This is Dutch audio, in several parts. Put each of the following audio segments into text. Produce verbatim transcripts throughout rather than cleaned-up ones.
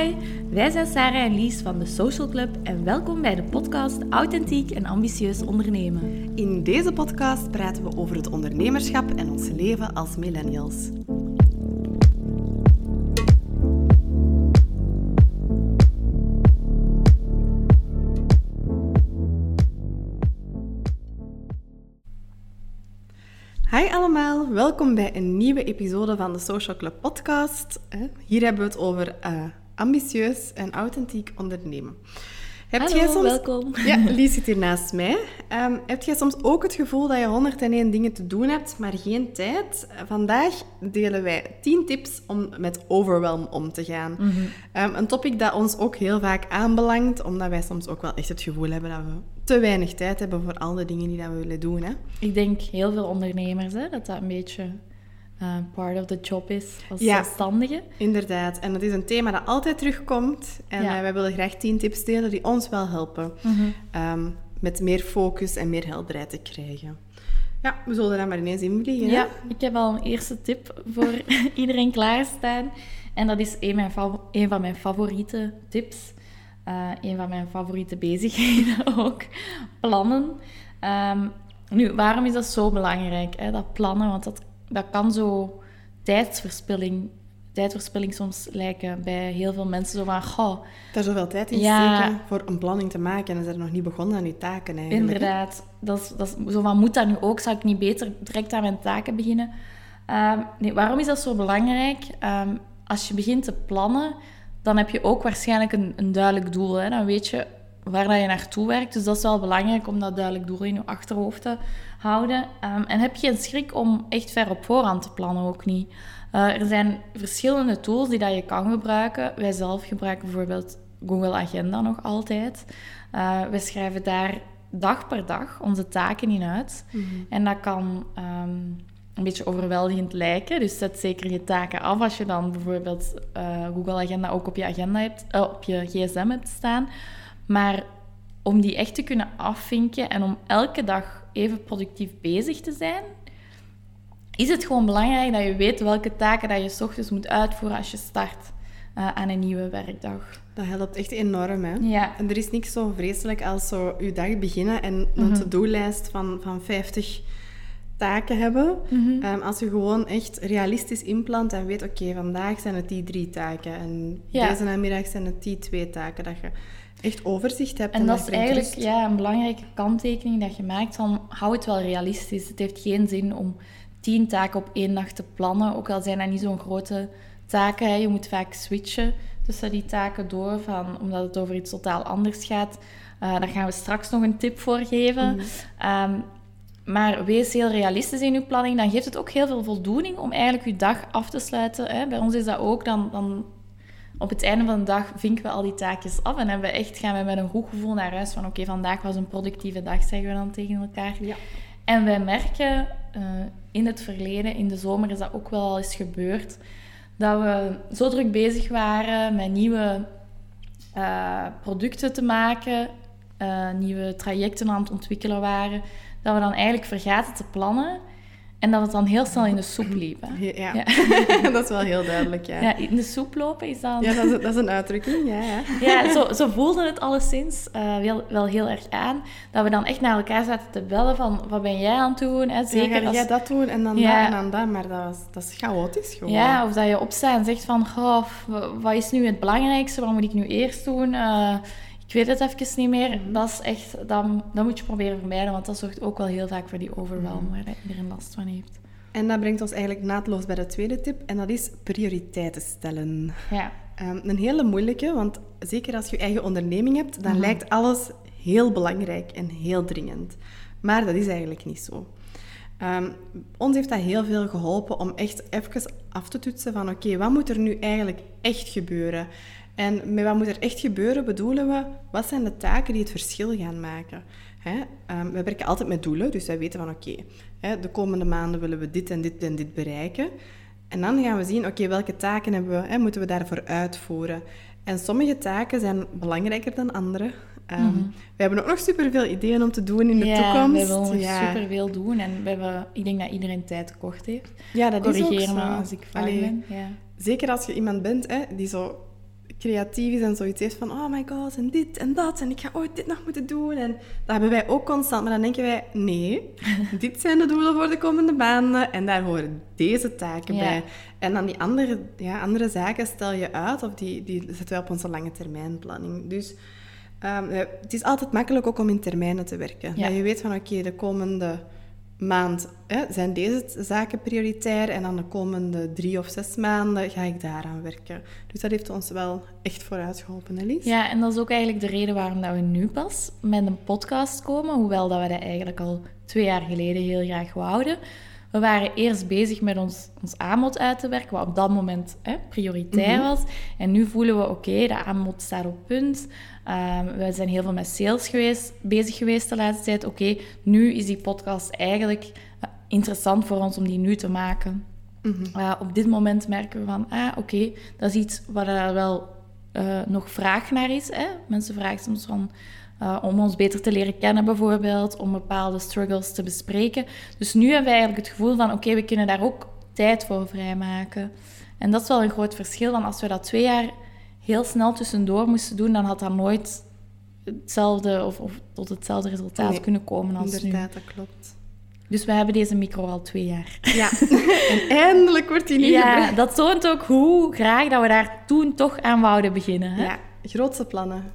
Hoi, wij zijn Sarah en Lies van de Social Club en welkom bij de podcast Authentiek en Ambitieus Ondernemen. In deze podcast praten we over het ondernemerschap en ons leven als millennials. Hi allemaal, welkom bij een nieuwe episode van de Social Club podcast. Hier hebben we het over uh, ambitieus en authentiek ondernemen. Heb Hallo, jij soms... welkom. Ja, Lies zit hier naast mij. Um, heb jij soms ook het gevoel dat je honderdéén dingen te doen hebt, maar geen tijd? Vandaag delen wij tien tips om met overwhelm om te gaan. Mm-hmm. Um, een topic dat ons ook heel vaak aanbelangt, omdat wij soms ook wel echt het gevoel hebben dat we te weinig tijd hebben voor al de dingen die dat we willen doen. Hè? Ik denk heel veel ondernemers, hè, dat dat een beetje uh, part of the job is als ja, zelfstandige. Inderdaad. En dat is een thema dat altijd terugkomt. En ja. uh, wij willen graag tien tips delen die ons wel helpen mm-hmm. um, met meer focus en meer helderheid te krijgen. Ja, we zullen er maar ineens in vliegen. Ja, hè? ik heb al een eerste tip voor iedereen klaarstaan. En dat is een, mijn fav- een van mijn favoriete tips. Uh, een van mijn favoriete bezigheden ook. Plannen. Um, nu, waarom is dat zo belangrijk, hè, dat plannen? Want dat, dat kan zo tijdsverspilling, tijdverspilling soms lijken bij heel veel mensen. Zo van, goh, daar zoveel tijd in ja, steken voor een planning te maken en ze zijn nog niet begonnen aan je taken eigenlijk. Inderdaad. Dat is, dat is, zo van, moet dat nu ook? Zou ik niet beter direct aan mijn taken beginnen? Um, nee, waarom is dat zo belangrijk? Um, als je begint te plannen, dan heb je ook waarschijnlijk een, een duidelijk doel. Hè? Dan weet je waar dat je naartoe werkt. Dus dat is wel belangrijk om dat duidelijk doel in je achterhoofd te houden. Um, en heb je geen schrik om echt ver op voorhand te plannen, ook niet. Uh, er zijn verschillende tools die dat je kan gebruiken. Wij zelf gebruiken bijvoorbeeld Google Agenda nog altijd. Uh, we schrijven daar dag per dag onze taken in uit. Mm-hmm. En dat kan Um, een beetje overweldigend lijken. Dus zet zeker je taken af als je dan bijvoorbeeld uh, Google Agenda ook op je agenda hebt, uh, op je gsm hebt staan. Maar om die echt te kunnen afvinken en om elke dag even productief bezig te zijn, is het gewoon belangrijk dat je weet welke taken dat je 's ochtends moet uitvoeren als je start uh, aan een nieuwe werkdag. Dat helpt echt enorm, hè? Ja. En er is niks zo vreselijk als zo je dag beginnen en een mm-hmm. to-do-lijst van, van vijftig taken hebben. Mm-hmm. Um, als je gewoon echt realistisch inplant en weet, oké, okay, vandaag zijn het die drie taken en ja. deze namiddag zijn het die twee taken, dat je echt overzicht hebt. En, en dat, dat is eigenlijk ja, een belangrijke kanttekening dat je maakt van, hou het wel realistisch. Het heeft geen zin om tien taken op één dag te plannen, ook al zijn dat niet zo'n grote taken. Hè. Je moet vaak switchen tussen die taken door, van, omdat het over iets totaal anders gaat. Uh, daar gaan we straks nog een tip voor geven. Mm-hmm. Um, Maar wees heel realistisch in je planning. Dan geeft het ook heel veel voldoening om eigenlijk je dag af te sluiten. Hè. Bij ons is dat ook. Dan, dan op het einde van de dag vinken we al die taakjes af. En hebben we echt, gaan we met een goed gevoel naar huis. Van oké, okay, vandaag was een productieve dag, zeggen we dan tegen elkaar. Ja. En wij merken uh, in het verleden, in de zomer is dat ook wel al eens gebeurd, dat we zo druk bezig waren met nieuwe uh, producten te maken, uh, nieuwe trajecten aan het ontwikkelen waren, dat we dan eigenlijk vergaten te plannen en dat het dan heel snel in de soep liep. Ja, ja. ja. Dat is wel heel duidelijk, ja. Ja, in de soep lopen is dan... Ja, dat is, dat is een uitdrukking, ja. Ja, ja zo, zo voelde het alleszins uh, wel, wel heel erg aan, dat we dan echt naar elkaar zaten te bellen van, wat ben jij aan het doen? Hè? Zeker ja, ga als... jij dat doen en dan ja. dat en dan dat, maar dat, was, dat is chaotisch gewoon. Ja, of dat je opstaat en zegt van, oh, wat is nu het belangrijkste? Wat moet ik nu eerst doen? Uh, Ik weet het even niet meer. Mm-hmm. Dat is echt, dat, dat moet je proberen vermijden, want dat zorgt ook wel heel vaak voor die overwhelm mm-hmm. waar iedereen last van heeft. En dat brengt ons eigenlijk naadloos bij de tweede tip, en dat is prioriteiten stellen. Ja. Um, een hele moeilijke, want zeker als je eigen onderneming hebt, dan mm-hmm. lijkt alles heel belangrijk en heel dringend. Maar dat is eigenlijk niet zo. Um, ons heeft dat heel veel geholpen om echt even af te toetsen van oké, okay, wat moet er nu eigenlijk echt gebeuren? En met wat moet er echt gebeuren bedoelen we, wat zijn de taken die het verschil gaan maken? Hè? Um, we werken altijd met doelen, dus wij weten van oké, okay, de komende maanden willen we dit en dit en dit bereiken. En dan gaan we zien, oké, okay, welke taken hebben we, hè, moeten we daarvoor uitvoeren? En sommige taken zijn belangrijker dan andere. Um, mm-hmm. We hebben ook nog superveel ideeën om te doen in de ja, toekomst. Ja, we willen ja. superveel doen. En we hebben, ik denk dat iedereen tijd tekort heeft. Ja, dat Corrigeer is ook me zo. als ik fout Allee, ben. Ja. Zeker als je iemand bent hè, die zo creatief is en zoiets heeft van oh my god, en dit en dat, en ik ga ooit dit nog moeten doen. En dat hebben wij ook constant. Maar dan denken wij, nee, dit zijn de doelen voor de komende maanden en daar horen deze taken Ja. bij. En dan die andere, ja, andere zaken stel je uit of die, die zetten wij op onze lange termijnplanning. Dus um, het is altijd makkelijk ook om in termijnen te werken. Ja. Dat je weet van oké, okay, de komende maand hè, zijn deze zaken prioritair en dan de komende drie of zes maanden ga ik daaraan werken. Dus dat heeft ons wel echt vooruit geholpen, hè, Lies? Ja, en dat is ook eigenlijk de reden waarom dat we nu pas met een podcast komen, hoewel dat we dat eigenlijk al twee jaar geleden heel graag wouden. We waren eerst bezig met ons, ons aanbod uit te werken, wat op dat moment hè, prioritair Mhm. was. En nu voelen we, oké, okay, de aanbod staat op punt. Um, we zijn heel veel met sales geweest, bezig geweest de laatste tijd. Oké, okay, nu is die podcast eigenlijk uh, interessant voor ons om die nu te maken. Mhm. Uh, op dit moment merken we van, ah, oké, okay, dat is iets waar er wel uh, nog vraag naar is. Hè? Mensen vragen soms van... Uh, om ons beter te leren kennen bijvoorbeeld, om bepaalde struggles te bespreken. Dus nu hebben we eigenlijk het gevoel van, oké, okay, we kunnen daar ook tijd voor vrijmaken. En dat is wel een groot verschil, want als we dat twee jaar heel snel tussendoor moesten doen, dan had dat nooit hetzelfde of, of tot hetzelfde resultaat Nee, kunnen komen als inderdaad, nu. dat klopt. Dus we hebben deze micro al twee jaar. Ja, en eindelijk wordt die nu Ja, gebruikt. dat toont ook hoe graag dat we daar toen toch aan wouden beginnen. Hè? Ja, grootste plannen.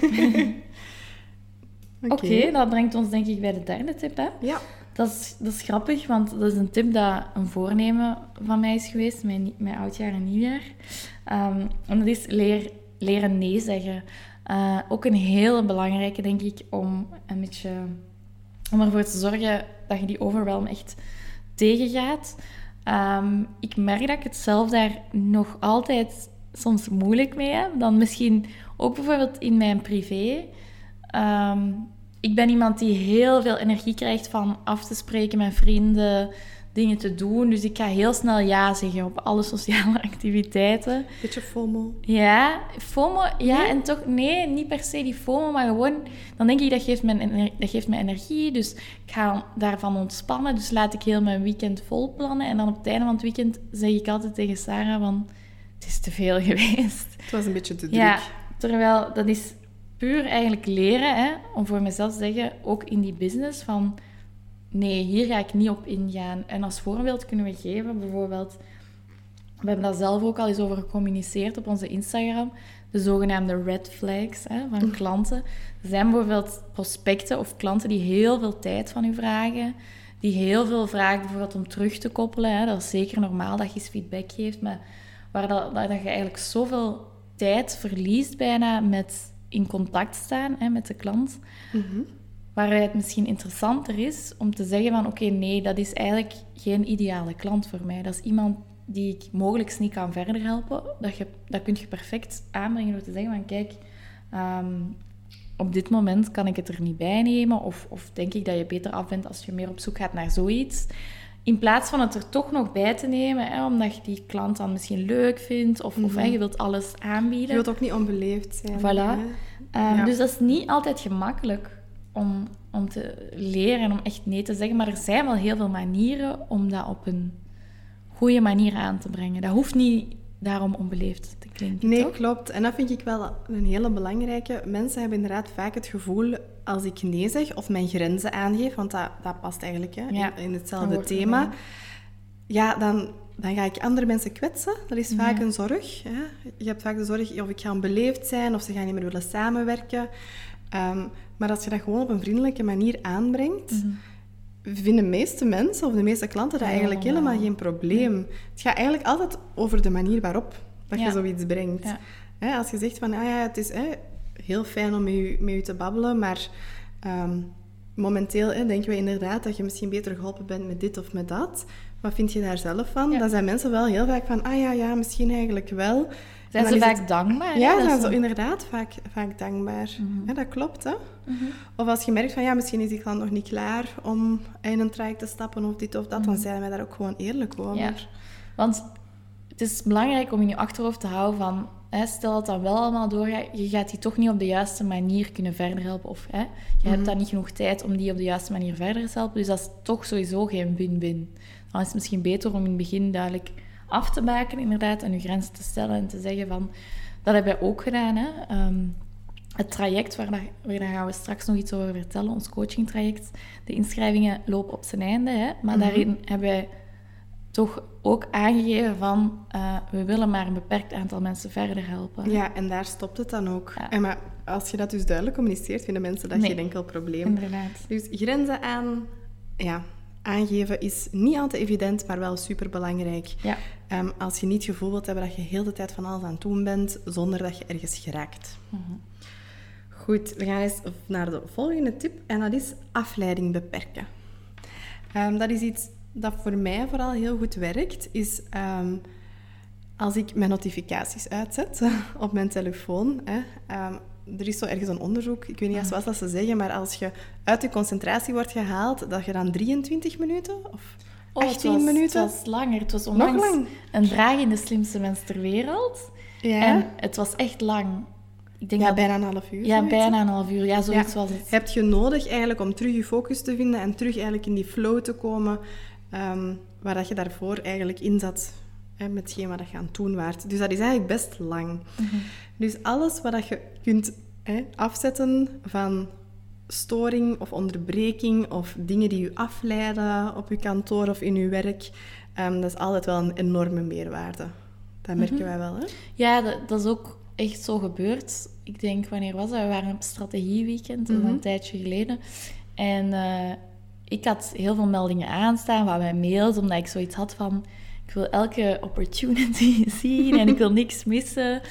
Oké, okay, dat brengt ons denk ik bij de derde tip. Hè? Ja. Dat is, dat is grappig, want dat is een tip dat een voornemen van mij is geweest, mijn, mijn oudjaar en nieuwjaar. Um, en dat is leer, leren nee zeggen. Uh, ook een hele belangrijke, denk ik, om een beetje... om ervoor te zorgen dat je die overwhelm echt tegengaat. Um, ik merk dat ik het zelf daar nog altijd soms moeilijk mee heb. Dan misschien ook bijvoorbeeld in mijn privé... Um, ik ben iemand die heel veel energie krijgt van af te spreken met vrienden, dingen te doen. Dus ik ga heel snel ja zeggen op alle sociale activiteiten. Beetje FOMO. Ja, FOMO, ja, Nee? en toch, nee, niet per se die FOMO, maar gewoon, dan denk ik, dat geeft me, ener- dat geeft me energie, dus ik ga daarvan ontspannen. Dus laat ik heel mijn weekend vol plannen. En dan op het einde van het weekend zeg ik altijd tegen Sarah van, het is te veel geweest. Het was een beetje te druk. Ja, terwijl dat is... puur eigenlijk leren, hè, om voor mezelf te zeggen, ook in die business, van nee, hier ga ik niet op ingaan. En als voorbeeld kunnen we geven, bijvoorbeeld, we hebben daar zelf ook al eens over gecommuniceerd op onze Instagram, de zogenaamde red flags hè, van klanten. Er zijn bijvoorbeeld prospecten of klanten die heel veel tijd van u vragen, die heel veel vragen bijvoorbeeld om terug te koppelen. Hè. Dat is zeker normaal dat je eens feedback geeft, maar waar dat, dat je eigenlijk zoveel tijd verliest bijna met... in contact staan hè, met de klant, Mm-hmm. waaruit het misschien interessanter is om te zeggen van oké, okay, nee, dat is eigenlijk geen ideale klant voor mij. Dat is iemand die ik mogelijk niet kan verder helpen. Dat, je, dat kun je perfect aanbrengen door te zeggen van kijk, um, op dit moment kan ik het er niet bij nemen of, of denk ik dat je beter af bent als je meer op zoek gaat naar zoiets. In plaats van het er toch nog bij te nemen, hè, omdat je die klant dan misschien leuk vindt of, mm-hmm. of hè, je wilt alles aanbieden. Je wilt ook niet onbeleefd zijn. Voilà. Um, ja. Dus dat is niet altijd gemakkelijk om, om te leren en om echt nee te zeggen. Maar er zijn wel heel veel manieren om dat op een goede manier aan te brengen. Dat hoeft niet daarom onbeleefd te klinken, Nee, toch? klopt. En dat vind ik wel een hele belangrijke. Mensen hebben inderdaad vaak het gevoel, als ik nee zeg of mijn grenzen aangeef, want dat, dat past eigenlijk hè, Ja, in, in hetzelfde thema, erbij. ja, dan, dan ga ik andere mensen kwetsen. Dat is vaak Ja. een zorg. Hè. Je hebt vaak de zorg of ik ga onbeleefd zijn of ze gaan niet meer willen samenwerken. Um, maar als je dat gewoon op een vriendelijke manier aanbrengt, Mm-hmm. vinden de meeste mensen of de meeste klanten dat Ja, eigenlijk helemaal. helemaal geen probleem. Nee. Het gaat eigenlijk altijd over de manier waarop dat Ja. je zoiets brengt. Ja. Hè, als je zegt van, ah ja, het is hè, heel fijn om met u, met u te babbelen, maar um, momenteel hè, denken we inderdaad dat je misschien beter geholpen bent met dit of met dat. Wat vind je daar zelf van? Ja. Dan zijn mensen wel heel vaak van, ah ja, ja, misschien eigenlijk wel. Zijn En ze dan is vaak het... dankbaar? Ja, hè? zijn Dat ze is- inderdaad vaak, vaak dankbaar. Mhm. Ja, dat klopt, hè. Mhm. Of als je merkt van, ja, misschien is die klant nog niet klaar om in een traject te stappen of dit of dat, dan zijn wij daar ook gewoon eerlijk over. Ja. Want het is belangrijk om in je achterhoofd te houden van... Hè, stel dat dat wel allemaal doorgaat, je gaat die toch niet op de juiste manier kunnen verder helpen. Of hè, je hebt dan niet genoeg tijd om die op de juiste manier verder te helpen. Dus dat is toch sowieso geen win-win. Dan is het misschien beter om in het begin duidelijk af te maken, inderdaad, en je grenzen te stellen en te zeggen van... dat hebben wij ook gedaan. Hè. Um, het traject, waar, dat, waar daar gaan we straks nog iets over vertellen, ons coachingtraject, de inschrijvingen lopen op zijn einde. Hè, maar mm-hmm. daarin hebben wij toch ook aangegeven van, uh, we willen maar een beperkt aantal mensen verder helpen. Ja, en daar stopt het dan ook. Ja. En maar als je dat dus duidelijk communiceert, vinden mensen dat nee, geen enkel probleem. Inderdaad. Dus grenzen aan, ja, aangeven is niet altijd evident, maar wel superbelangrijk. Ja. Um, als je niet het gevoel wilt hebben dat je heel de tijd van alles aan het doen bent, zonder dat je ergens geraakt. Mm-hmm. Goed, we gaan eens naar de volgende tip. En dat is afleiding beperken. Um, dat is iets dat voor mij vooral heel goed werkt, is um, als ik mijn notificaties uitzet op mijn telefoon. Hè, um, er is zo ergens een onderzoek, ik weet niet eens wat dat ze zeggen, maar als je uit je concentratie wordt gehaald, dat je dan drieëntwintig minuten of oh, achttien het was, minuten... Het was langer. Het was onlangs lang. een vraag in de slimste mens ter wereld. Ja. En het was echt lang. Ik denk ja, dat... bijna een half uur. Ja, zoiets. bijna een half uur. Ja, zoiets Ja. was het. Heb je nodig eigenlijk om terug je focus te vinden en terug eigenlijk in die flow te komen, um, waar dat je daarvoor eigenlijk in zat, hè, met hetgeen wat je aan het doen waart. Dus dat is eigenlijk best lang. Mm-hmm. Dus alles wat je kunt hè, afzetten van storing of onderbreking of dingen die je afleiden op je kantoor of in je werk, um, dat is altijd wel een enorme meerwaarde. Dat merken mm-hmm. wij wel, hè? Ja, dat, dat is ook echt zo gebeurd. Ik denk, wanneer was dat? We waren op strategieweekend, dat is Mm-hmm. een tijdje geleden. En uh, ik had heel veel meldingen aanstaan van mijn mails, omdat ik zoiets had van, ik wil elke opportunity zien en ik wil niks missen.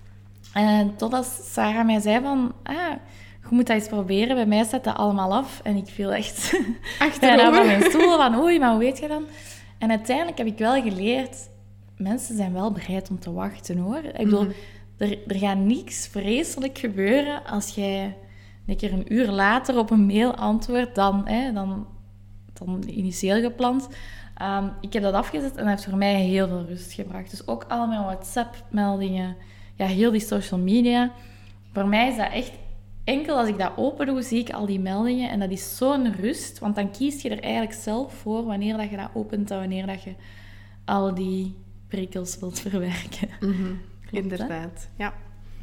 En totdat Sarah mij zei van, ah, je moet dat eens proberen. Bij mij staat dat allemaal af. En ik viel echt bijna van mijn stoel van, oei, maar hoe weet je dan? En uiteindelijk heb ik wel geleerd, mensen zijn wel bereid om te wachten, hoor. Ik bedoel, mm-hmm. er, er gaat niks vreselijk gebeuren als jij een keer een uur later op een mail antwoordt dan, hè, dan, dan initieel gepland. Um, ik heb dat afgezet en dat heeft voor mij heel veel rust gebracht. Dus ook al mijn WhatsApp-meldingen, ja, heel die social media. Voor mij is dat echt enkel als ik dat open doe, zie ik al die meldingen. En dat is zo'n rust, want dan kies je er eigenlijk zelf voor wanneer dat je dat opent en wanneer dat je al die prikkels wilt verwerken. Mm-hmm. Klopt, inderdaad, hè? Ja.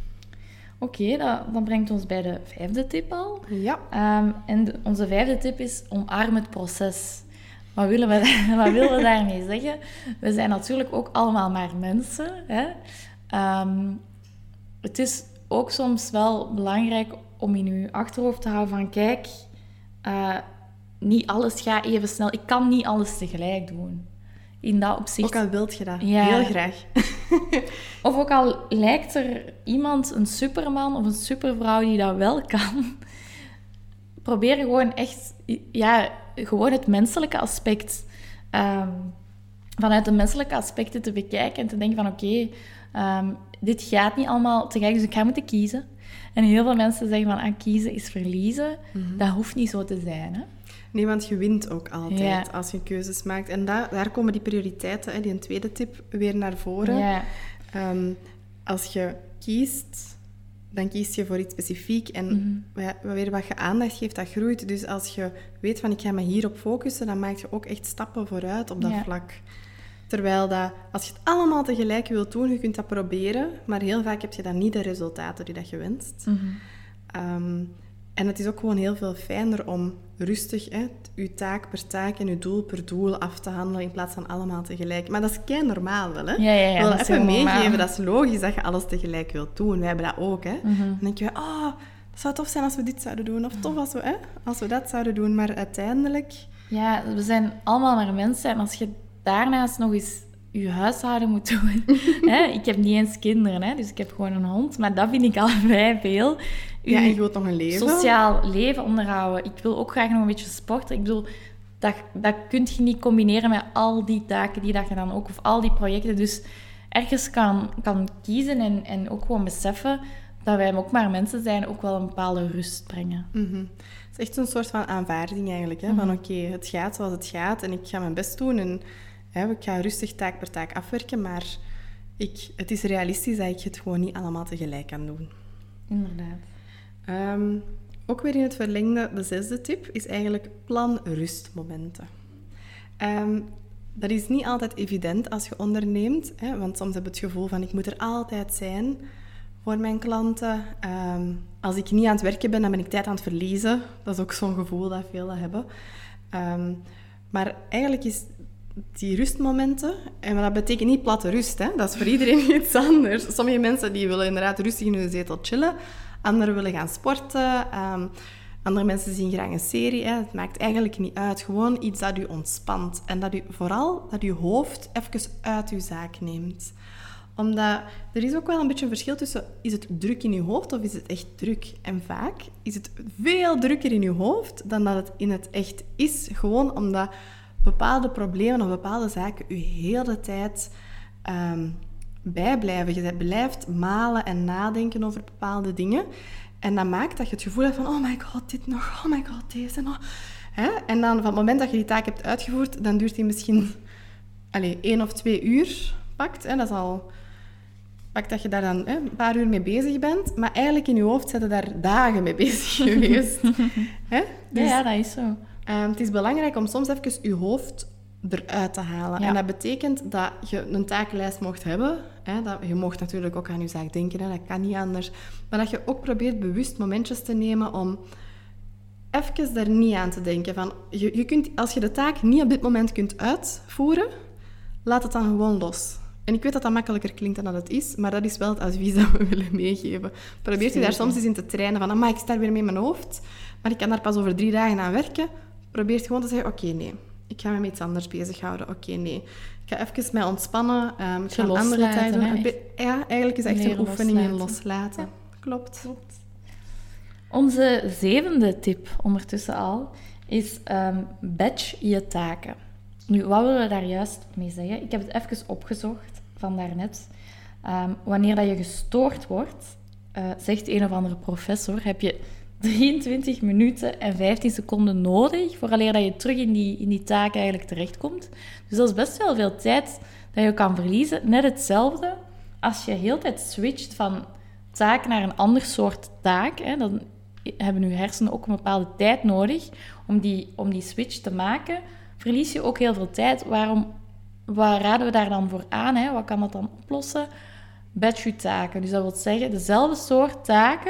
Oké, okay, dat, dat brengt ons bij de vijfde tip al. Ja. Um, en de, onze vijfde tip is omarm het proces. Wat willen we, wat willen we daarmee zeggen? We zijn natuurlijk ook allemaal maar mensen. Hè? Um, het is ook soms wel belangrijk om in je achterhoofd te houden van, kijk, uh, niet alles gaat even snel. Ik kan niet alles tegelijk doen. In dat opzicht... Ook al wilt je dat. Ja. Heel graag. Of ook al lijkt er iemand, een superman of een supervrouw die dat wel kan, probeer gewoon echt... Ja, gewoon het menselijke aspect... Um, vanuit de menselijke aspecten te bekijken en te denken van, oké, okay, um, dit gaat niet allemaal tegelijk, dus ik ga moeten kiezen. En heel veel mensen zeggen van, ah, kiezen is verliezen. Mm-hmm. Dat hoeft niet zo te zijn, hè? Nee, want je wint ook altijd ja. als je keuzes maakt. En da- daar komen die prioriteiten, hè, die een tweede tip, weer naar voren. Ja. Um, als je kiest, dan kies je voor iets specifiek. En mm-hmm. weer wat je aandacht geeft, dat groeit. Dus als je weet van, ik ga me hierop focussen, dan maak je ook echt stappen vooruit op dat ja. vlak. Terwijl dat, als je het allemaal tegelijk wilt doen, je kunt dat proberen, maar heel vaak heb je dan niet de resultaten die dat je wenst. Mm-hmm. Um, en het is ook gewoon heel veel fijner om rustig hè, je taak per taak en je doel per doel af te handelen in plaats van allemaal tegelijk. Maar dat is kei normaal wel, hè? Ja, ja, ja. Wel dat even is meegeven, normaal. dat is logisch dat je alles tegelijk wilt doen. Wij hebben dat ook, hè? Mm-hmm. Dan denk je, oh, dat zou tof zijn als we dit zouden doen. Of tof als we, hè, als we dat zouden doen. Maar uiteindelijk... Ja, we zijn allemaal maar mensen. En als je daarnaast nog eens je huishouden moet doen... hè? Ik heb niet eens kinderen, hè? Dus ik heb gewoon een hond. Maar dat vind ik al vrij veel. U ja, en je wilt nog een leven. Sociaal leven onderhouden. Ik wil ook graag nog een beetje sporten. Ik bedoel, dat, dat kun je niet combineren met al die taken die dat je dan ook... Of al die projecten. Dus ergens kan, kan kiezen en, en ook gewoon beseffen dat wij ook maar mensen zijn, ook wel een bepaalde rust brengen. Mm-hmm. Het is echt een soort van aanvaarding eigenlijk. Hè? Mm-hmm. Van oké, okay, het gaat zoals het gaat en ik ga mijn best doen. En hè, ik ga rustig taak per taak afwerken, maar ik, het is realistisch dat ik het gewoon niet allemaal tegelijk kan doen. Inderdaad. Um, ook weer in het verlengde, de zesde tip, is eigenlijk plan rustmomenten. Um, dat is niet altijd evident als je onderneemt, hè, want soms heb je het gevoel van ik moet er altijd zijn. voor mijn klanten. Um, als ik niet aan het werken ben, dan ben ik tijd aan het verliezen. Dat is ook zo'n gevoel dat velen hebben. Um, maar eigenlijk is die rustmomenten... En dat betekent niet platte rust, hè. Dat is voor iedereen iets anders. Sommige mensen die willen inderdaad rustig in hun zetel chillen. Anderen willen gaan sporten. Um, andere mensen zien graag een serie. Hè. Het maakt eigenlijk niet uit. Gewoon iets dat u ontspant. En dat u vooral dat uw hoofd even uit uw zaak neemt. Omdat er is ook wel een beetje een verschil tussen... Is het druk in uw hoofd of is het echt druk? En vaak is het veel drukker in uw hoofd dan dat het in het echt is. Gewoon omdat bepaalde problemen of bepaalde zaken u heel de tijd um, bijblijven. Je blijft malen en nadenken over bepaalde dingen. En dat maakt dat je het gevoel hebt van... Oh my god, dit nog. Oh my god, deze nog. Hè? En dan van het moment dat je die taak hebt uitgevoerd... Dan duurt die misschien allez, één of twee uur pakt. Hè? Dat is al... Pak dat je daar dan hè, een paar uur mee bezig bent. Maar eigenlijk in je hoofd zijn je daar dagen mee bezig geweest. Hè? Dus, ja, ja, dat is zo. Um, het is belangrijk om soms even je hoofd eruit te halen. Ja. En dat betekent dat je een takenlijst mocht hebben. Hè, dat, je mocht natuurlijk ook aan je zaak denken, hè, dat kan niet anders. Maar dat je ook probeert bewust momentjes te nemen om even daar niet aan te denken. Van, je, je kunt, als je de taak niet op dit moment kunt uitvoeren, laat het dan gewoon los. En ik weet dat dat makkelijker klinkt dan dat het is, maar dat is wel het advies dat we willen meegeven. Probeert u daar soms eens in te trainen van, amai, ik sta weer mee in mijn hoofd, maar ik kan daar pas over drie dagen aan werken. Probeer gewoon te zeggen, oké, okay, nee. Ik ga me met iets anders bezighouden. Oké, okay, nee. Ik ga even mij ontspannen. Um, ik ga een andere tijd doen. Be- ja, eigenlijk is het echt een oefening in loslaten. Ja. Klopt. Klopt. Onze zevende tip ondertussen al is um, batch je taken. Nu, wat willen we daar juist mee zeggen? Ik heb het even opgezocht van daarnet. Um, wanneer dat je gestoord wordt, uh, zegt een of andere professor, heb je drieëntwintig minuten en vijftien seconden nodig vooraleer dat je terug in die, in die taak eigenlijk terechtkomt. Dus dat is best wel veel tijd dat je kan verliezen. Net hetzelfde als je heel de tijd switcht van taak naar een ander soort taak. Hè, dan hebben je hersenen ook een bepaalde tijd nodig om die, om die switch te maken. Verlies je ook heel veel tijd. Waarom, wat raden we daar dan voor aan? Hè? Wat kan dat dan oplossen? Batch je taken. Dus dat wil zeggen, dezelfde soort taken,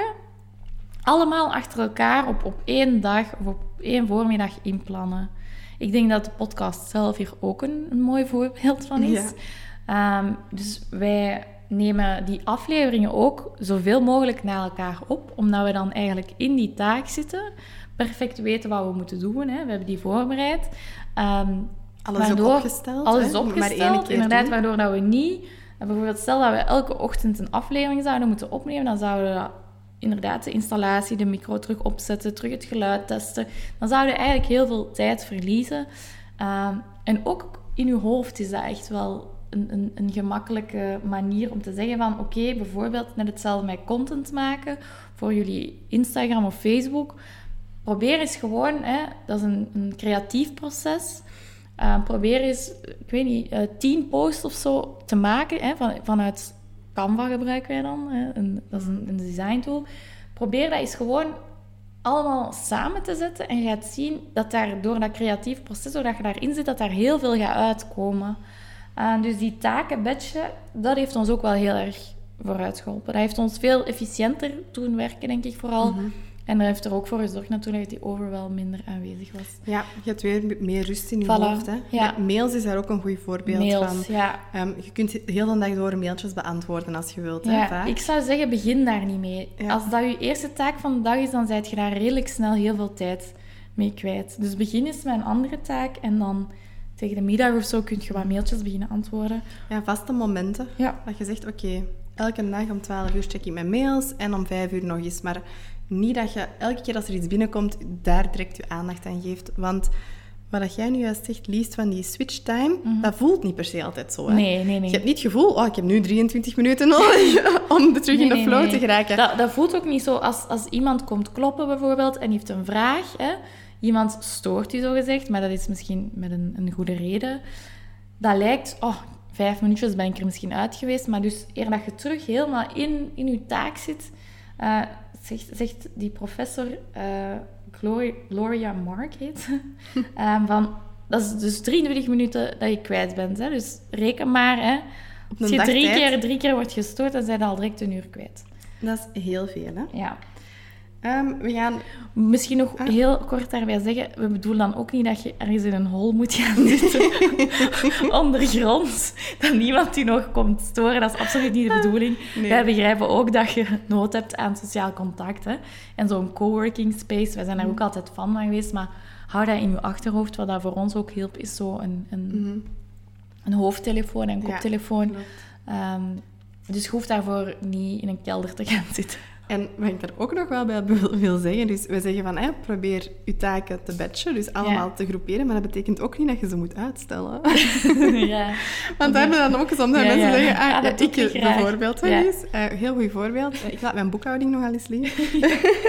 allemaal achter elkaar op, op één dag of op één voormiddag inplannen. Ik denk dat de podcast zelf hier ook een, een mooi voorbeeld van is. Ja. Um, dus wij nemen die afleveringen ook zoveel mogelijk naar elkaar op, omdat we dan eigenlijk in die taak zitten, perfect weten wat we moeten doen. Hè. We hebben die voorbereid. Um, alles waardoor, ook opgesteld. Alles is opgesteld, inderdaad, doen. Waardoor dat we niet... Bijvoorbeeld, stel dat we elke ochtend een aflevering zouden moeten opnemen, dan zouden we inderdaad de installatie, de micro terug opzetten, terug het geluid testen. Dan zouden we eigenlijk heel veel tijd verliezen. Um, en ook in uw hoofd is dat echt wel een, een, een gemakkelijke manier om te zeggen van oké, okay, bijvoorbeeld net hetzelfde met content maken voor jullie Instagram of Facebook. Probeer eens gewoon, hè, dat is een, een creatief proces. Uh, probeer eens, ik weet niet, uh, tien posts of zo te maken. Hè, van, vanuit Canva gebruiken wij dan. Hè, een, dat is een, een design tool. Probeer dat eens gewoon allemaal samen te zetten. En je gaat zien dat daar door dat creatief proces, doordat je daarin zit, dat daar heel veel gaat uitkomen. Uh, dus die taken batchen, dat heeft ons ook wel heel erg vooruit geholpen. Dat heeft ons veel efficiënter doen werken, denk ik vooral. Mm-hmm. En dat heeft er ook voor gezorgd natuurlijk dat die overwel minder aanwezig was. Ja, je hebt weer meer rust in je voilà. hoofd. Hè? Ja. Mails is daar ook een goed voorbeeld Mails, van. Ja. Um, je kunt de hele dag door mailtjes beantwoorden als je wilt. Ja, hè, vaak. Ik zou zeggen, begin daar niet mee. Ja. Als dat je eerste taak van de dag is, dan zijt je daar redelijk snel heel veel tijd mee kwijt. Dus begin eens met een andere taak en dan tegen de middag of zo kun je wat mailtjes beginnen antwoorden. Ja, vaste momenten. Ja. Dat je zegt, oké, okay, elke dag om twaalf uur check ik mijn mails en om vijf uur nog eens. Maar niet dat je elke keer als er iets binnenkomt, daar direct je aandacht aan geeft. Want wat jij nu juist zegt, Lies, van die switch time, mm-hmm. dat voelt niet per se altijd zo. Hè? Nee, nee, nee. Je hebt niet het gevoel, oh, ik heb nu drieëntwintig minuten nodig om terug nee, in de nee, flow nee. te geraken. Dat, dat voelt ook niet zo als, als iemand komt kloppen bijvoorbeeld en heeft een vraag. Hè? Iemand stoort u zogezegd, maar dat is misschien met een, een goede reden. Dat lijkt, oh, vijf minuutjes ben ik er misschien uit geweest, maar dus eer dat je terug helemaal in, in je taak zit... Uh, Zegt, zegt die professor, uh, Gloria, Gloria Mark heet, um, van, dat is dus drieëntwintig minuten dat je kwijt bent. Hè? Dus reken maar, hè. Als je drie keer, drie keer wordt gestoord, dan zijn je al direct een uur kwijt. Dat is heel veel, hè? Ja. Um, we gaan... Misschien nog ah. heel kort daarbij zeggen, we bedoelen dan ook niet dat je ergens in een hol moet gaan zitten, ondergronds, dat niemand u nog komt storen. Dat is absoluut niet de bedoeling. Nee. Wij begrijpen ook dat je nood hebt aan sociaal contact. Hè? En zo'n coworking space, wij zijn daar ook altijd fan van geweest, maar hou dat in je achterhoofd. Wat dat voor ons ook hielp, is zo een, een, Mm-hmm. een hoofdtelefoon en een koptelefoon. Ja, um, dus je hoeft daarvoor niet in een kelder te gaan zitten. En wat ik daar ook nog wel bij wil zeggen, dus we zeggen van, hè, probeer je taken te batchen, dus allemaal Ja. te groeperen, maar dat betekent ook niet dat je ze moet uitstellen. Ja. Want daar hebben we dan ook soms dat Ja, mensen ja. zeggen, ah, Ah, ja, dat doe ik ik graag. bijvoorbeeld wel Ja. eens. Uh, heel goed voorbeeld. Uh, ik laat mijn boekhouding nogal eens liggen.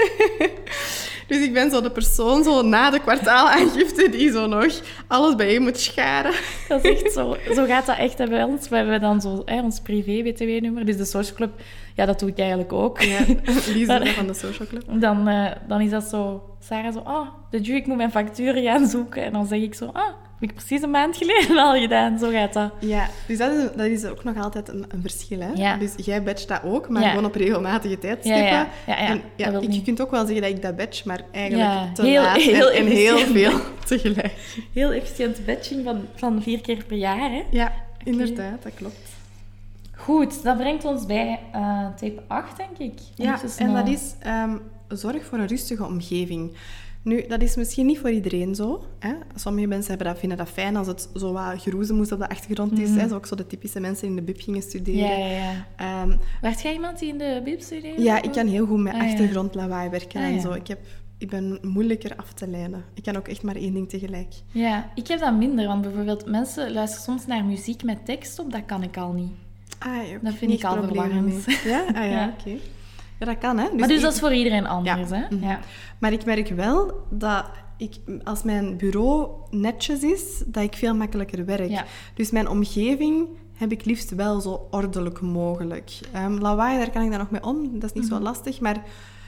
Dus ik ben zo de persoon zo na de kwartaalaangifte die zo nog alles bijeen moet scharen. Dat is echt zo. Zo gaat dat echt hè, bij ons. We hebben dan zo hè, ons privé-B T W-nummer. Dus de social club, ja, dat doe ik eigenlijk ook. Ja, Lies Maar- van de social club. Dan, uh, dan is dat zo... Sarah zo, ah, de Ju, ik moet mijn facturen gaan zoeken. En dan zeg ik zo, ah, heb ik precies een maand geleden al gedaan. Zo gaat dat. Ja, dus dat is, dat is ook nog altijd een, een verschil. Hè? Ja. Dus jij batcht dat ook, maar Ja. gewoon op regelmatige tijdstippen. Ja, ja. Ja, ja, En dat ja, wil ik, niet. je kunt ook wel zeggen dat ik dat batch, maar eigenlijk Ja, te heel- laat en- heel en, heel efficiënt. veel tegelijk. Heel efficiënt batching van, van vier keer per jaar, hè. Ja, inderdaad, dat klopt. Goed, dat brengt ons bij uh, tip acht, denk ik. Ja, Ondertussen en dat al- is um, zorg voor een rustige omgeving. Nu, dat is misschien niet voor iedereen zo. Hè? Sommige mensen hebben dat, vinden dat fijn als het zo wat geroezemoes op de achtergrond is. Mhm. Hè? Zo ook zo de typische mensen in de B I B gingen studeren. Ja, ja, ja. Um, Werd jij iemand die in de B I B studeerde? ja, ik kan heel goed met Ah, ja. achtergrondlawaai werken Ah, en ja. zo. Ik, heb, ik ben moeilijker af te leiden. Ik kan ook echt maar één ding tegelijk. Ja, ik heb dat minder, want bijvoorbeeld mensen luisteren soms naar muziek met tekst op, dat kan ik al niet. Ah, je hebt Dat vind niet ik al problemen verwarrend. mee. Ja? Ah ja, Ja. oké. Ja, dat kan, hè. maar dus ik- dat is voor iedereen anders, Ja. hè? Mhm. Ja. Maar ik merk wel dat ik, als mijn bureau netjes is, dat ik veel makkelijker werk. Ja. Dus mijn omgeving heb ik liefst wel zo ordelijk mogelijk. Um, lawaai, daar kan ik dan nog mee om. Dat is niet Mhm. zo lastig, maar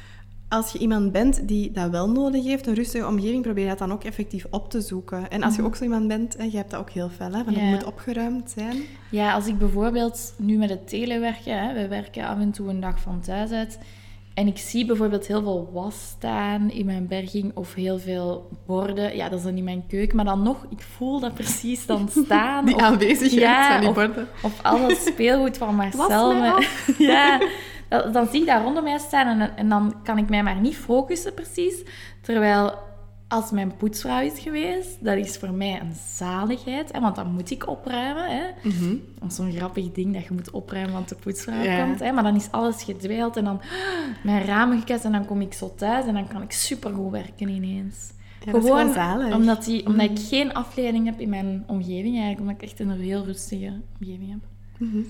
als je iemand bent die dat wel nodig heeft, een rustige omgeving, probeer dat dan ook effectief op te zoeken. En als je Mhm. ook zo iemand bent, hè, je hebt dat ook heel fel, hè, van Ja. het moet opgeruimd zijn. Ja, als ik bijvoorbeeld nu met het telewerken, hè, we werken af en toe een dag van thuis uit, en ik zie bijvoorbeeld heel veel was staan in mijn berging of heel veel borden. Ja, dat is dan in mijn keuken, maar dan nog, ik voel dat precies dan staan. Die of, aanwezigheid ja, van die of, borden. of al dat speelgoed van Marcel. mij met- ja, dan, dan zie ik dat rondom mij staan en, en dan kan ik mij maar niet focussen precies. Terwijl als mijn poetsvrouw is geweest, dat is voor mij een zaligheid. Hè, want dan moet ik opruimen. Hè. Mhm. Dat is zo'n grappig ding dat je moet opruimen, want de poetsvrouw Ja. komt. Hè. Maar dan is alles gedwijld en dan mijn ramen gekast en dan kom ik zo thuis en dan kan ik supergoed werken ineens. Ja, dat is Gewoon wel zalig. omdat, die, omdat Mhm. ik geen afleiding heb in mijn omgeving, eigenlijk, omdat ik echt een heel rustige omgeving heb. Mhm.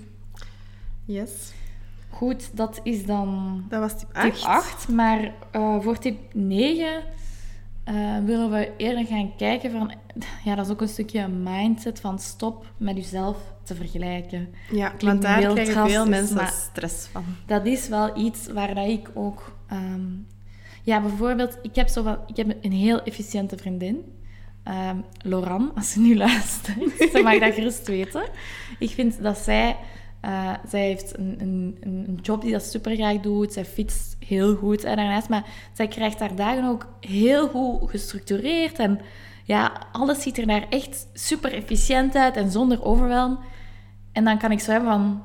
Yes. Goed, dat is dan Dat was tip tip acht. acht. Maar uh, voor tip negen uh, willen we eerder gaan kijken van... Ja, dat is ook een stukje mindset van stop met jezelf te vergelijken. Ja, Klinkt want daar heel krijgen veel drastisch, mensen maar- stress van. Dat is wel iets waar dat ik ook... Um, ja, bijvoorbeeld, ik heb, zo van, ik heb een heel efficiënte vriendin. Um, Loran, als ze nu luistert. Ze mag dat gerust weten. Ik vind dat zij... Uh, zij heeft een, een, een job die dat super graag doet. Zij fietst heel goed hè, daarnaast. Maar zij krijgt haar dagen ook heel goed gestructureerd. En ja, alles ziet er daar echt super efficiënt uit en zonder overwelm. En dan kan ik zo hebben van...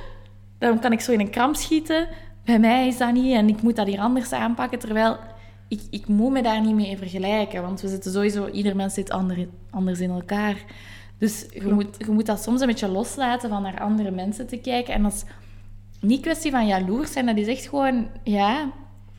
Dan kan ik zo in een kramp schieten. Bij mij is dat niet en ik moet dat hier anders aanpakken. Terwijl ik, ik moet me daar niet mee vergelijken. Want we zitten sowieso... Ieder mens zit ander, anders in elkaar. Dus je moet, je moet dat soms een beetje loslaten van naar andere mensen te kijken. En dat is niet kwestie van jaloers zijn. Dat is echt gewoon... Ja,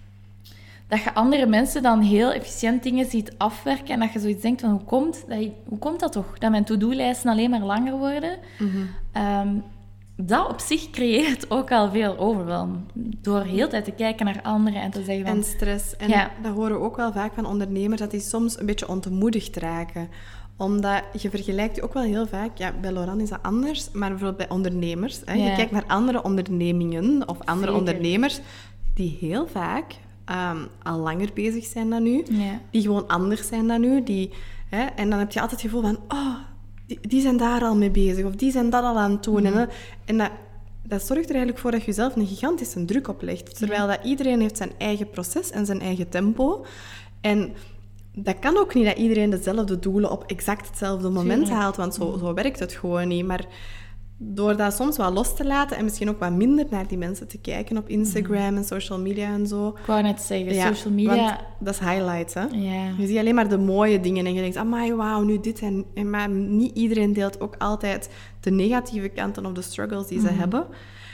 dat je andere mensen dan heel efficiënt dingen ziet afwerken. En dat je zoiets denkt van... Hoe komt dat, hoe komt dat toch? Dat mijn to-do-lijsten alleen maar langer worden. Mm-hmm. Um, dat op zich creëert ook al veel overwelm. Door heel de tijd te kijken naar anderen en te zeggen van... En stress. En Ja. dat horen we ook wel vaak van ondernemers, dat die soms een beetje ontmoedigd raken. Omdat je vergelijkt je ook wel heel vaak... Ja, bij Loran is dat anders, maar bijvoorbeeld bij ondernemers. Hè, Ja. Je kijkt naar andere ondernemingen of andere Zeker. ondernemers die heel vaak um, al langer bezig zijn dan u. Ja. Die gewoon anders zijn dan u. Die, hè, en dan heb je altijd het gevoel van... Oh, die, die zijn daar al mee bezig. Of die zijn dat al aan het doen. Mhm. En, en dat, dat zorgt er eigenlijk voor dat je jezelf een gigantische druk oplegt. Terwijl dat iedereen heeft zijn eigen proces en zijn eigen tempo. En dat kan ook niet dat iedereen dezelfde doelen op exact hetzelfde moment Tuurlijk. haalt, want zo, zo werkt het gewoon niet. Maar door dat soms wat los te laten en misschien ook wat minder naar die mensen te kijken op Instagram en social media en zo. Ik wou net zeggen, Ja, social media... want dat is highlights, hè. Ja. Je ziet alleen maar de mooie dingen en je denkt, amai, wauw, nu dit. En, en maar niet iedereen deelt ook altijd de negatieve kanten of de struggles die ze Mhm. hebben.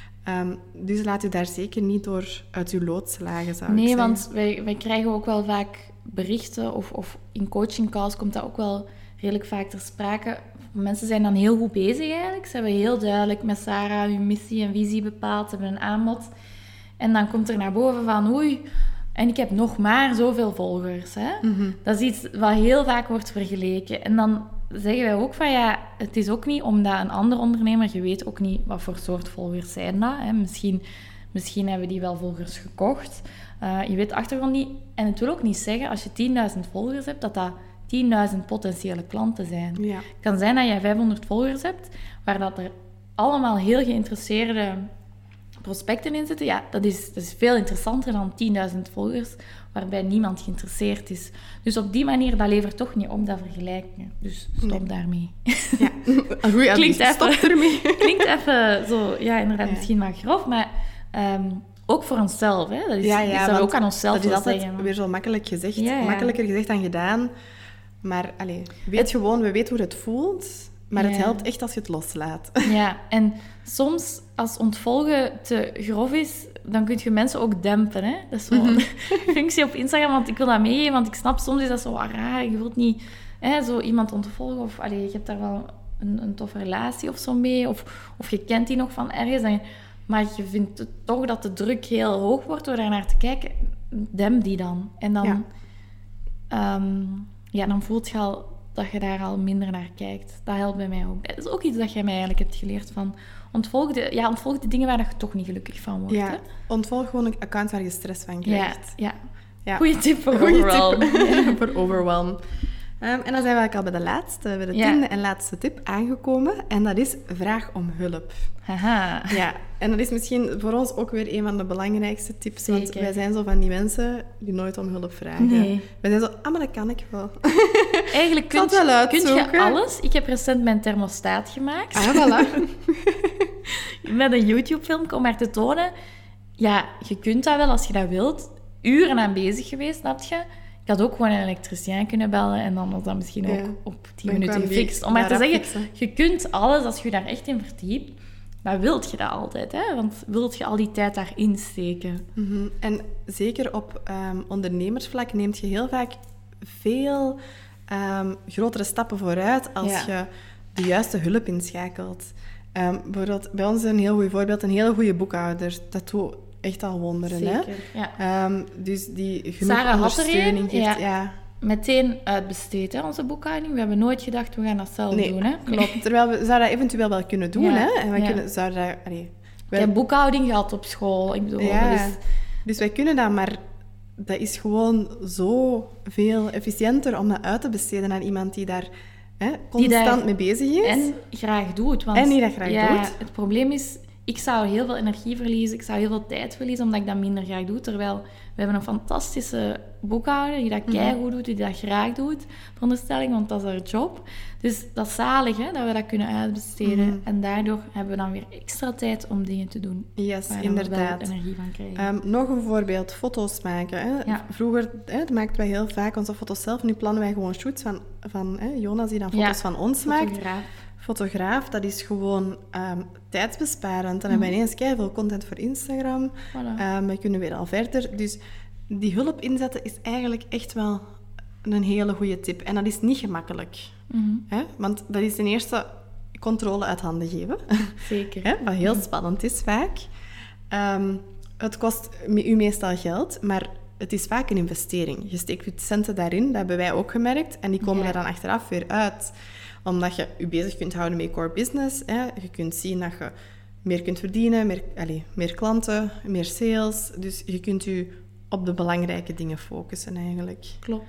Um, dus laat u daar zeker niet door uit uw lood slagen, zou ik Nee, zeggen. want wij, wij krijgen ook wel vaak berichten, of, of in coaching calls komt dat ook wel redelijk vaak ter sprake. Mensen zijn dan heel goed bezig eigenlijk. Ze hebben heel duidelijk met Sarah hun missie en visie bepaald, ze hebben een aanbod. En dan komt er naar boven van, oei, en ik heb nog maar zoveel volgers. Hè? Mhm. Dat is iets wat heel vaak wordt vergeleken. En dan zeggen wij ook van, ja, het is ook niet omdat een andere ondernemer, je weet ook niet wat voor soort volgers zijn dat. Hè? Misschien, misschien hebben die wel volgers gekocht. Uh, je weet de achtergrond niet. En het wil ook niet zeggen, als je tienduizend volgers hebt, dat dat tienduizend potentiële klanten zijn. Ja. Het kan zijn dat je vijfhonderd volgers hebt, waar dat er allemaal heel geïnteresseerde prospecten in zitten. Ja, dat is, dat is veel interessanter dan tienduizend volgers, waarbij niemand geïnteresseerd is. Dus op die manier, dat levert toch niet op, dat vergelijken. Dus stop Nee. daarmee. Ja, een goeie advies. Klinkt even- Stop ermee. Klinkt even zo, ja, inderdaad, Ja. misschien wat grof, maar um, ook voor onszelf. Hè? Dat is, Ja, dat ja, zou we want ook aan onszelf dat is willen altijd zeggen. weer zo makkelijk gezegd. Ja, ja. Makkelijker gezegd dan gedaan. Maar allee, weet Het- gewoon, we weten hoe het voelt. Maar het Ja. helpt echt als je het loslaat. Ja, en soms als ontvolgen te grof is, dan kun je mensen ook dempen. Hè? Dat is zo Mhm. een functie op Instagram, want ik wil dat meegeven, want ik snap, soms is dat zo wat raar. Je wilt niet hè, zo iemand ontvolgen, of allee, je hebt daar wel een, een toffe relatie of zo mee, of, of je kent die nog van ergens, en, maar je vindt het toch dat de druk heel hoog wordt door daar naar te kijken. Dem die dan. En dan, Ja. ehm, ja, dan voelt je al dat je daar al minder naar kijkt. Dat helpt bij mij ook. Dat is ook iets dat jij mij eigenlijk hebt geleerd van... Ontvolg de, ja, ontvolg de dingen waar je toch niet gelukkig van wordt. Ja, Hè? ontvolg gewoon een account waar je stress van Ja, krijgt. ja. Ja. Goeie tip voor Goeie overal. tip voor overwhelm. Um, en dan zijn we eigenlijk al bij de laatste, bij de Ja. tiende en laatste tip aangekomen. En dat is vraag om hulp. Haha. Ja, en dat is misschien voor ons ook weer een van de belangrijkste tips. Want Zeker. wij zijn zo van die mensen die nooit om hulp vragen. Nee. Wij zijn zo, ah, maar dat kan ik wel. Eigenlijk zal kun, het wel kun je uitzoeken. alles. Ik heb recent mijn thermostaat gemaakt. Ah, voilà. Met een YouTube-film om maar te tonen... Ja, je kunt dat wel als je dat wilt. Uren aan bezig geweest, snap je? Ik had ook gewoon een elektricien kunnen bellen en dan was dat misschien Ja. ook op tien Dan minuten kwam die gefixt. Om maar te daar zeggen, affietsen. je kunt alles als je je daar echt in verdiept. Maar wilt je dat altijd, hè? Want wilt je al die tijd daarin steken? Mhm. En zeker op um, ondernemersvlak neemt je heel vaak veel um, grotere stappen vooruit als Ja. je de juiste hulp inschakelt. Um, bijvoorbeeld, bij ons is een heel goed voorbeeld, een hele goede boekhouder. Dat doet echt al wonderen, hè? Zeker, ja. Um, dus die genoeg Sarah had er ondersteuning een, geeft. ja. Ja. Meteen uitbesteed, hè, onze boekhouding. We hebben nooit gedacht, we gaan dat zelf Nee, doen, hè? klopt. Terwijl we zouden dat eventueel wel kunnen doen, Ja. hè? En we Ja. kunnen, zouden dat... Allee, Ik wij- heb boekhouding gehad op school. Ik bedoel, Ja. dat is... Dus wij kunnen dat, maar dat is gewoon zo veel efficiënter om dat uit te besteden aan iemand die daar hè, constant daar- mee bezig is. En graag doet. Want, En die dat graag ja, doet. Het probleem is, ik zou heel veel energie verliezen, ik zou heel veel tijd verliezen, omdat ik dat minder graag doe. Terwijl we hebben een fantastische boekhouder die dat keigoed doet, die dat graag doet, veronderstelling, want dat is haar job. Dus dat is zalig, hè, dat we dat kunnen uitbesteden. Mhm. En daardoor hebben we dan weer extra tijd om dingen te doen. Yes, Waar we wel inderdaad. energie van krijgen. Ehm, nog een voorbeeld, foto's maken. Hè. Ja. Vroeger hè, maakten wij heel vaak onze foto's zelf. Nu plannen wij gewoon shoots van, van hè, Jonas, die dan foto's Ja, van ons maakt. Fotograaf. Fotograaf, dat is gewoon um, tijdsbesparend. Dan hebben we ineens keiveel content voor Instagram. Voilà. Um, we kunnen weer al verder. Dus die hulp inzetten is eigenlijk echt wel een hele goede tip. En dat is niet gemakkelijk. Mhm. Hè? Want dat is ten eerste controle uit handen geven. Zeker. Hè? Wat heel spannend is vaak. Um, het kost u meestal geld, maar het is vaak een investering. Je steekt je centen daarin, dat hebben wij ook gemerkt. En die komen Ja. er dan achteraf weer uit. Omdat je je bezig kunt houden met je core business. Hè? Je kunt zien dat je meer kunt verdienen, meer, allez, meer klanten, meer sales. Dus je kunt je op de belangrijke dingen focussen eigenlijk. Klopt.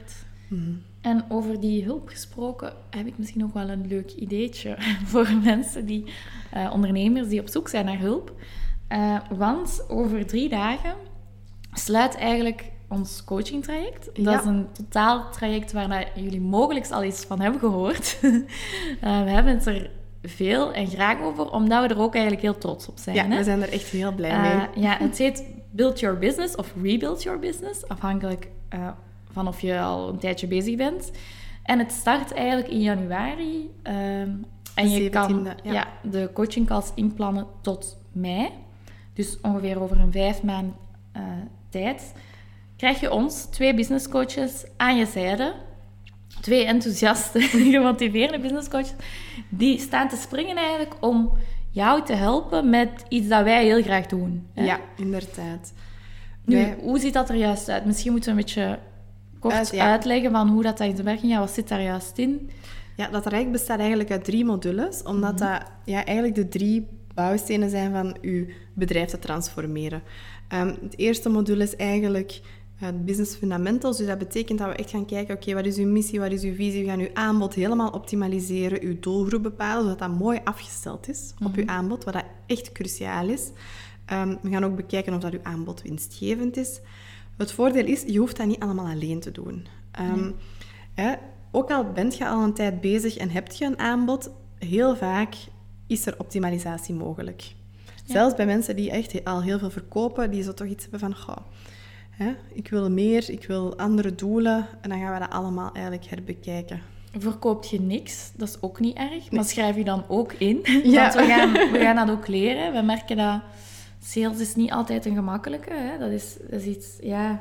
Mm-hmm. En over die hulp gesproken heb ik misschien nog wel een leuk ideetje voor mensen, die, uh, ondernemers die op zoek zijn naar hulp. Uh, want over drie dagen sluit eigenlijk ons coachingtraject. Dat Ja. is een totaal traject waar jullie mogelijk al eens van hebben gehoord. uh, we hebben het er veel en graag over, omdat we er ook eigenlijk heel trots op zijn. Ja, hè? we zijn er echt heel blij Uh, mee. ja, het heet Build Your Business of Rebuild Your Business, afhankelijk uh, van of je al een tijdje bezig bent. En het start eigenlijk in januari. Uh, en je kan ja. ja, de coachingcalls inplannen tot mei. Dus ongeveer over een vijf maand uh, tijd. Krijg je ons, twee business coaches, aan je zijde. Twee enthousiaste, gemotiveerde business coaches. Die staan te springen eigenlijk om jou te helpen met iets dat wij heel graag doen. Hè? Ja, inderdaad. Nu, Wij... hoe ziet dat er juist uit? Misschien moeten we een beetje kort Uit, ja. uitleggen van hoe dat in zijn werking gaat. Wat zit daar juist in? Ja, dat traject bestaat eigenlijk uit drie modules, omdat mm-hmm. dat ja, eigenlijk de drie bouwstenen zijn van uw bedrijf te transformeren. Um, het eerste module is eigenlijk uh, business fundamentals. Dus dat betekent dat we echt gaan kijken, oké, okay, wat is uw missie, wat is uw visie? We gaan uw aanbod helemaal optimaliseren, uw doelgroep bepalen, zodat dat mooi afgesteld is op mm-hmm. uw aanbod, wat dat echt cruciaal is. Um, we gaan ook bekijken of dat uw aanbod winstgevend is. Het voordeel is, je hoeft dat niet allemaal alleen te doen. Um, mm. hè, ook al bent je al een tijd bezig en heb je een aanbod, heel vaak is er optimalisatie mogelijk. Ja. Zelfs bij mensen die echt al heel veel verkopen, die zo toch iets hebben van, goh, hè, ik wil meer, ik wil andere doelen, en dan gaan we dat allemaal eigenlijk herbekijken. Verkoopt je niks, dat is ook niet erg, nee. Maar schrijf je dan ook in. Ja. Want we gaan, we gaan dat ook leren. We merken dat sales is niet altijd een gemakkelijke. Hè. Dat, is, dat is iets, ja...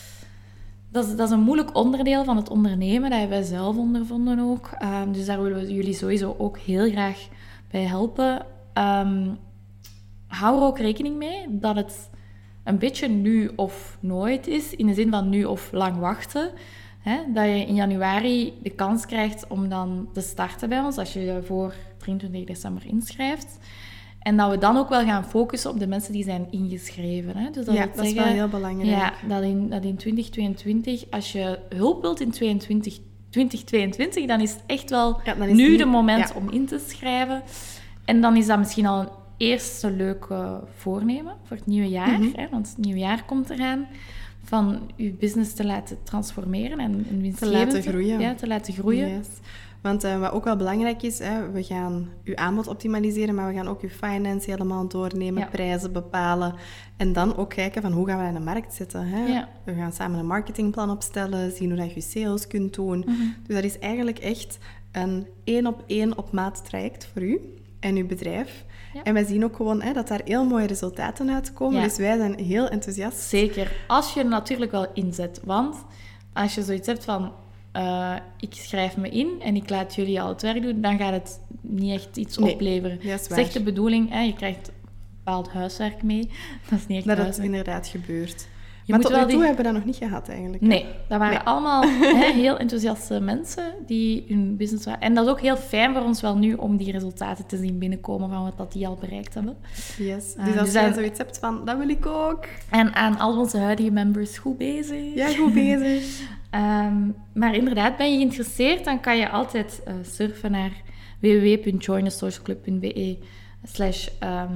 Dat is, dat is een moeilijk onderdeel van het ondernemen. Dat hebben wij zelf ondervonden ook. Um, dus daar willen we jullie sowieso ook heel graag bij helpen. Um, hou er ook rekening mee dat het een beetje nu of nooit is. In de zin van nu of lang wachten. Hè? Dat je in januari de kans krijgt om dan te starten bij ons. Als je je voor drieëntwintig december inschrijft. En dat we dan ook wel gaan focussen op de mensen die zijn ingeschreven. Hè? Dus dat ja, dat zeggen, is wel heel belangrijk. Ja, dat in, dat in twintig tweeëntwintig, als je hulp wilt in tweeëntwintig, twintig tweeëntwintig, dan is het echt wel ja, nu niet, de moment ja. om in te schrijven. En dan is dat misschien al een eerste leuke voornemen voor het nieuwe jaar. Mm-hmm. Hè? Want het nieuwe jaar komt eraan. Van je business te laten transformeren en, en winstgevend te laten groeien. Ja, te laten groeien. Yes. Want uh, wat ook wel belangrijk is, hè, we gaan uw aanbod optimaliseren, maar we gaan ook uw finance helemaal doornemen, ja. prijzen bepalen. En dan ook kijken van hoe gaan we dat in de markt zetten. Hè? Ja. We gaan samen een marketingplan opstellen, zien hoe dat je sales kunt doen. Mm-hmm. Dus dat is eigenlijk echt een één op één op maat traject voor u en uw bedrijf. Ja. En wij zien ook gewoon hè, dat daar heel mooie resultaten uitkomen. Ja. Dus wij zijn heel enthousiast. Zeker. Als je er natuurlijk wel inzet. Want als je zoiets hebt van... Uh, ik schrijf me in en ik laat jullie al het werk doen, dan gaat het niet echt iets nee, opleveren. Dat is waar. Zeg de bedoeling, hè, je krijgt bepaald huiswerk mee. Dat is niet echt dat huiswerk. Dat inderdaad gebeurt. Je maar moet tot nu toe die... hebben we dat nog niet gehad eigenlijk. Nee, dat waren nee. allemaal hè, heel enthousiaste mensen die hun business waren. En dat is ook heel fijn voor ons wel nu om die resultaten te zien binnenkomen van wat dat die al bereikt hebben. Yes. Dus uh, als dus je aan... zoiets hebt van, dat wil ik ook. En aan al onze huidige members, goed bezig. Ja, goed bezig. um, maar inderdaad, ben je geïnteresseerd, dan kan je altijd uh, surfen naar w w w punt join a social club punt b e slash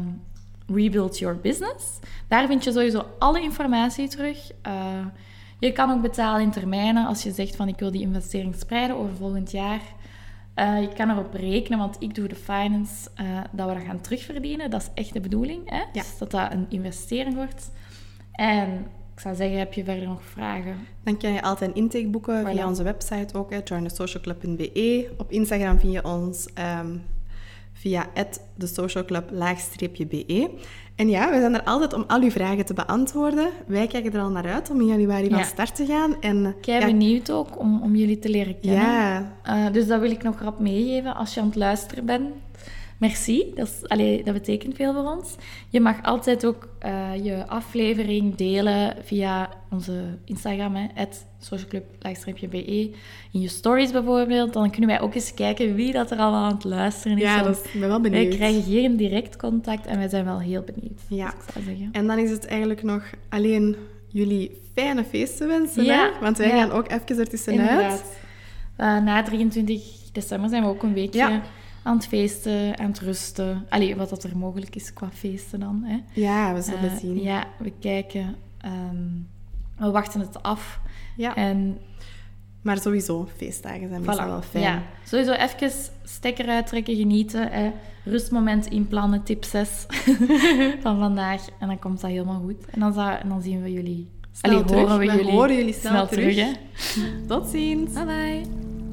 rebuild your business. Daar vind je sowieso alle informatie terug. Uh, je kan ook betalen in termijnen als je zegt van ik wil die investering spreiden over volgend jaar. Uh, je kan erop rekenen, want ik doe de finance, uh, dat we dat gaan terugverdienen. Dat is echt de bedoeling, hè? Ja. Dus dat dat een investering wordt. En ik zou zeggen, heb je verder nog vragen? Dan kan je altijd een intake boeken voilà. Via onze website ook, join a social club punt b e. Op Instagram vind je ons... Um, via at the social club laagstreepje b e. En ja, we zijn er altijd om al uw vragen te beantwoorden. Wij kijken er al naar uit om in januari van ja. start te gaan. En, Kei ja, benieuwd ook om, om jullie te leren kennen. Ja. Uh, dus dat wil ik nog rap meegeven als je aan het luisteren bent. Merci, dat, is, allee, dat betekent veel voor ons. Je mag altijd ook uh, je aflevering delen via onze Instagram, at socialclub-be, in je stories bijvoorbeeld. Dan kunnen wij ook eens kijken wie dat er allemaal aan het luisteren is. Ja, dat is, ik ben wel benieuwd. Wij krijgen hier een direct contact en wij zijn wel heel benieuwd. Ja, ik zou zeggen. En dan is het eigenlijk nog alleen jullie fijne feesten wensen. Ja, Hè? Want wij ja. gaan ook even ertussenuit. Inderdaad. Uh, na drieëntwintig december zijn we ook een weekje Ja. aan het feesten, aan het rusten. Allee, wat dat er mogelijk is qua feesten dan. Hè. Ja, we zullen Uh, zien. Ja, we kijken. Um, we wachten het af. Ja. En Maar sowieso, feestdagen zijn meestal voilà. wel fijn. Ja, sowieso even stekker uittrekken, genieten. Hè. Rustmoment inplannen, tip zes van vandaag. En dan komt dat helemaal goed. En dan, zou, en dan zien we jullie... Snel Allee, terug. horen we, we jullie horen jullie snel, snel terug. terug hè. Tot ziens. Bye bye.